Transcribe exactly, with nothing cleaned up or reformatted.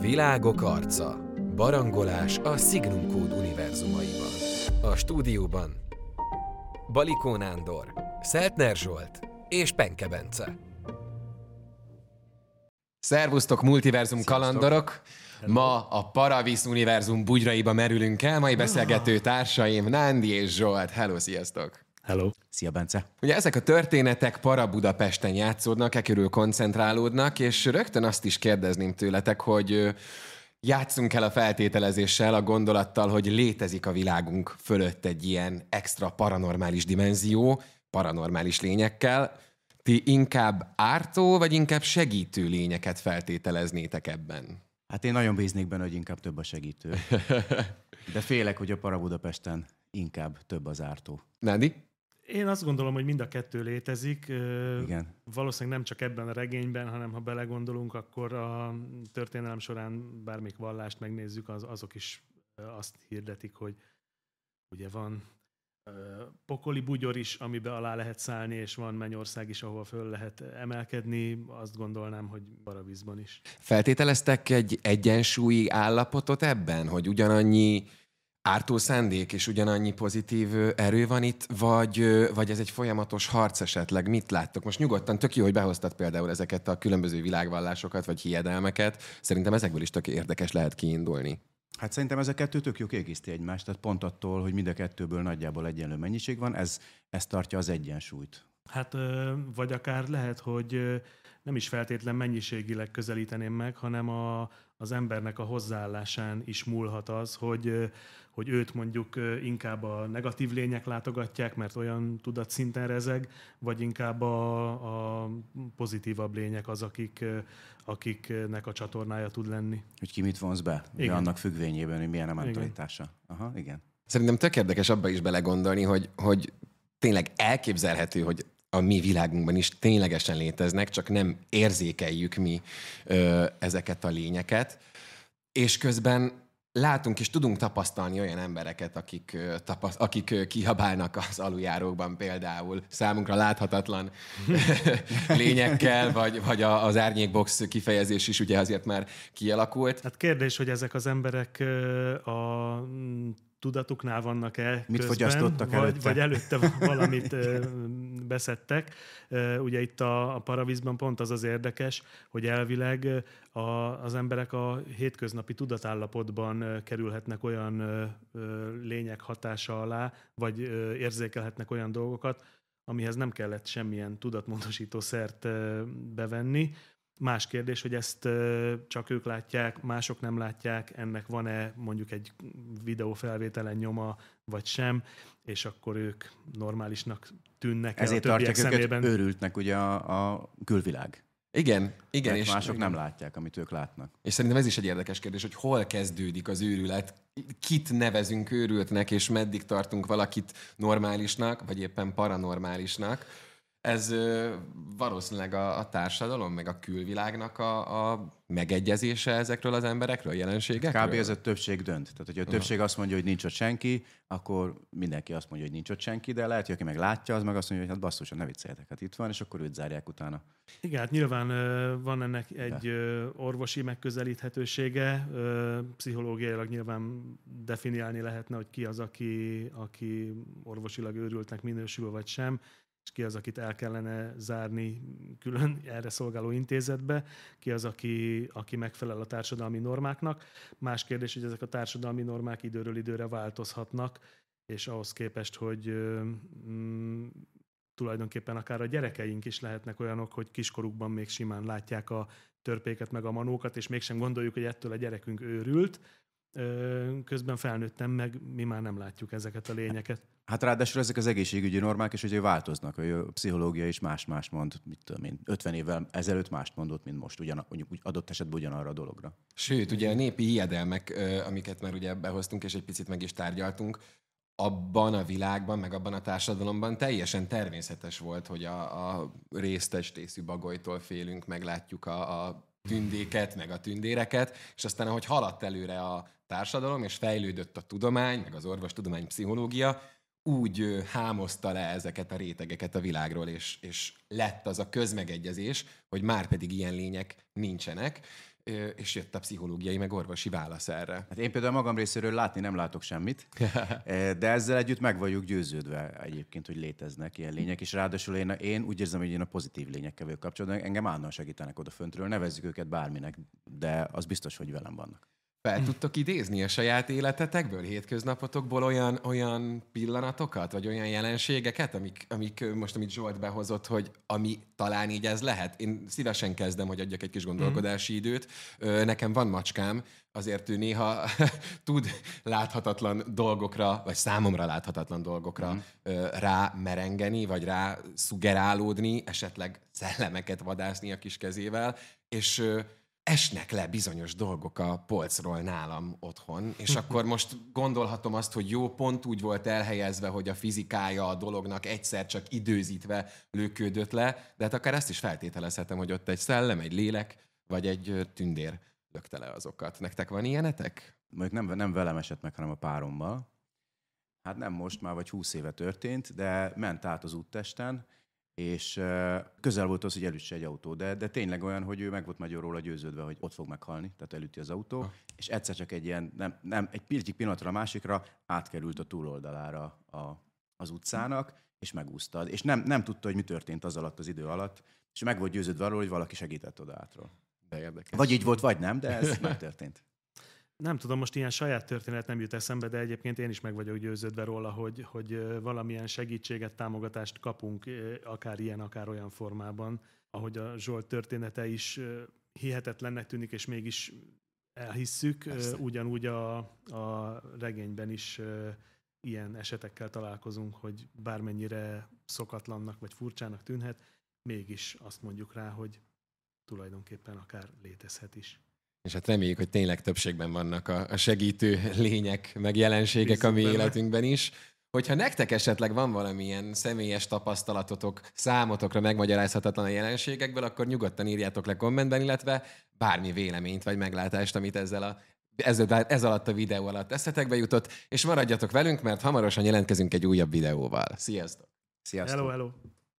Világok arca. Barangolás a Signum Code univerzumaiban. A stúdióban Balikó Nándor, Szeltner Zsolt és Penke Bence. Szervusztok, multiverzum Sziasztok. Kalandorok! Ma a Paravisz univerzum bugyraiba merülünk el, mai beszélgető társaim Nándi és Zsolt. Hello, sziasztok! Hello! Szia, Bence! Ugye ezek a történetek Para-Budapesten játszódnak, e körül koncentrálódnak, és rögtön azt is kérdezném tőletek, hogy játszunk el a feltételezéssel, a gondolattal, hogy létezik a világunk fölött egy ilyen extra paranormális dimenzió, paranormális lényekkel. Ti inkább ártó, vagy inkább segítő lényeket feltételeznétek ebben? Hát én nagyon bíznék benne, hogy inkább több a segítő. De félek, hogy a Para-Budapesten inkább több az ártó. Nándi? Én azt gondolom, hogy mind a kettő létezik. Igen. Valószínűleg nem csak ebben a regényben, hanem ha belegondolunk, akkor a történelem során bármelyik vallást megnézzük, az, azok is azt hirdetik, hogy ugye van pokoli bugyor is, amiben alá lehet szállni, és van mennyország is, ahol föl lehet emelkedni. Azt gondolnám, hogy Paravízban is. Feltételeztek egy egyensúlyi állapotot ebben, hogy ugyanannyi ártó szándék és ugyanannyi pozitív erő van itt, vagy, vagy ez egy folyamatos harc esetleg? Mit láttok? Most nyugodtan, tök jó, hogy behoztad például ezeket a különböző világvallásokat, vagy hiedelmeket. Szerintem ezekből is tök érdekes lehet kiindulni. Hát szerintem ez a kettő tök jó kiegészíti egymást, tehát pont attól, hogy mind a kettőből nagyjából egyenlő mennyiség van, ez, ez tartja az egyensúlyt. Hát vagy akár lehet, hogy nem is feltétlen mennyiségileg közelíteném meg, hanem a, az embernek a hozzáállásán is múlhat az, hogy, hogy őt mondjuk inkább a negatív lények látogatják, mert olyan tudatszinten rezeg, vagy inkább a, a pozitívabb lények az, akik, akiknek a csatornája tud lenni. Hogy ki mit vonz be, ugye annak függvényében, hogy milyen a mentalitása. Aha, igen. Szerintem tök érdekes abba is belegondolni, hogy, hogy tényleg elképzelhető, hogy a mi világunkban is ténylegesen léteznek, csak nem érzékeljük mi ö, ezeket a lényeket. És közben látunk és tudunk tapasztalni olyan embereket, akik, ö, tapaszt, akik ö, kihabálnak az aluljárókban például számunkra láthatatlan lényekkel, vagy, vagy a, az árnyékbox kifejezés is ugye azért már kialakult. Hát kérdés, hogy ezek az emberek ö, a tudatuknál vannak-e Mit közben, fogyasztottak vagy, előtte? vagy előtte valamit ö, beszedtek. Ö, ugye itt a, a Paravízban pont az az érdekes, hogy elvileg a, az emberek a hétköznapi tudatállapotban ö, kerülhetnek olyan ö, ö, lények hatása alá, vagy ö, érzékelhetnek olyan dolgokat, amihez nem kellett semmilyen tudatmódosító szert ö, bevenni. Más kérdés, hogy ezt csak ők látják, mások nem látják, ennek van-e mondjuk egy videófelvételen nyoma, vagy sem, és akkor ők normálisnak tűnnek. Ezért a tartják szemében. őket őrültnek ugye a, a külvilág. Igen, igen. És mások igen. nem látják, amit ők látnak. És szerintem ez is egy érdekes kérdés, hogy hol kezdődik az őrület, kit nevezünk őrültnek, és meddig tartunk valakit normálisnak, vagy éppen paranormálisnak. Ez ö, valószínűleg a, a társadalom, meg a külvilágnak a, a megegyezése ezekről az emberekről, jelenségekről? Kb. Ez a többség dönt. Tehát, hogyha a többség azt mondja, hogy nincs ott senki, akkor mindenki azt mondja, hogy nincs ott senki, de lehet, hogy aki meg látja, az meg azt mondja, hogy hát basszus, ne vicceljetek, hát itt van, és akkor őt zárják utána. Igen, hát nyilván ö, van ennek egy ö, orvosi megközelíthetősége, ö, pszichológiailag nyilván definiálni lehetne, hogy ki az, aki, aki orvosilag őrültnek minősül, vagy sem, és ki az, akit el kellene zárni külön erre szolgáló intézetbe, ki az, aki, aki megfelel a társadalmi normáknak. Más kérdés, hogy ezek a társadalmi normák időről időre változhatnak, és ahhoz képest, hogy mm, tulajdonképpen akár a gyerekeink is lehetnek olyanok, hogy kiskorukban még simán látják a törpéket meg a manókat, és mégsem gondoljuk, hogy ettől a gyerekünk őrült. Közben felnőttem meg, mi már nem látjuk ezeket a lényeket. Hát ráadásul ezek az egészségügyi normák is ugye változnak, hogy a pszichológia is más-más mond, mit tudom én, ötven évvel ezelőtt mást mondott, mint most, ugyan, úgy adott esetben ugyanarra a dologra. Sőt, ugye a népi hiedelmek, amiket már ugye behoztunk, és egy picit meg is tárgyaltunk, abban a világban, meg abban a társadalomban teljesen természetes volt, hogy a, a résztestészű bagolytól félünk, meglátjuk a, a tündéket, meg a tündéreket, és aztán ahogy haladt előre a társadalom, és fejlődött a tudomány, meg az orvostudomány, pszichológia, úgy hámozta le ezeket a rétegeket a világról, és, és lett az a közmegegyezés, hogy már pedig ilyen lények nincsenek. és jött a pszichológiai meg orvosi válasz erre. Hát én például magam részéről látni nem látok semmit, de ezzel együtt meg vagyok győződve egyébként, hogy léteznek ilyen lények, és ráadásul én, én úgy érzem, hogy én a pozitív lényekkel vagyok kapcsolatban, engem állandóan segítenek oda föntről, nevezzük őket bárminek, de az biztos, hogy velem vannak. Fel tudtok idézni a saját életetekből, hétköznapotokból olyan, olyan pillanatokat, vagy olyan jelenségeket, amik, amik most, amit Zsolt behozott, hogy ami talán így ez lehet? Én szívesen kezdem, hogy adjak egy kis gondolkodási időt. Nekem van macskám, azért ő néha tud láthatatlan dolgokra, vagy számomra láthatatlan dolgokra mm. rá merengeni, vagy rá szugerálódni, esetleg szellemeket vadászni a kis kezével, és esnek le bizonyos dolgok a polcról nálam otthon, és akkor most gondolhatom azt, hogy jó, pont úgy volt elhelyezve, hogy a fizikája a dolognak egyszer csak időzítve lökődött le, de hát akár ezt is feltételezhetem, hogy ott egy szellem, egy lélek, vagy egy tündér lökte le azokat. Nektek van ilyenetek? Mondjuk nem, nem velem esett meg, hanem a párommal. Hát nem most, már vagy húsz éve történt, de ment át az úttesten, és közel volt az, hogy elütse egy autó, de, de tényleg olyan, hogy ő meg volt nagyon róla győződve, hogy ott fog meghalni, tehát elüti az autó, ha. És egyszer csak egy ilyen, nem, nem egy egyik pillanatra a másikra átkerült a túloldalára a, az utcának, és megúszta. És nem, nem tudta, hogy mi történt az alatt, az idő alatt, és meg volt győződve arról, hogy valaki segített oda átról. De érdekes. Vagy így volt, vagy nem, de ez megtörtént. Nem tudom, most ilyen saját történet nem jut eszembe, de egyébként én is meg vagyok győződve róla, hogy, hogy valamilyen segítséget, támogatást kapunk, akár ilyen, akár olyan formában, ahogy a Zsolt története is hihetetlennek tűnik, és mégis elhisszük. Persze. Ugyanúgy a, a regényben is ilyen esetekkel találkozunk, hogy bármennyire szokatlannak vagy furcsának tűnhet, mégis azt mondjuk rá, hogy tulajdonképpen akár létezhet is. És hát reméljük, hogy tényleg többségben vannak a, a segítő lények, meg jelenségek Bízunk a mi benne. Életünkben is. Hogyha nektek esetleg van valamilyen személyes tapasztalatotok, számotokra megmagyarázhatatlan a jelenségekből, akkor nyugodtan írjátok le kommentben, illetve bármi véleményt vagy meglátást, amit ezzel a, ez, ez alatt a videó alatt eszetekbe jutott, és maradjatok velünk, mert hamarosan jelentkezünk egy újabb videóval. Sziasztok! Sziasztok! Hello, hello!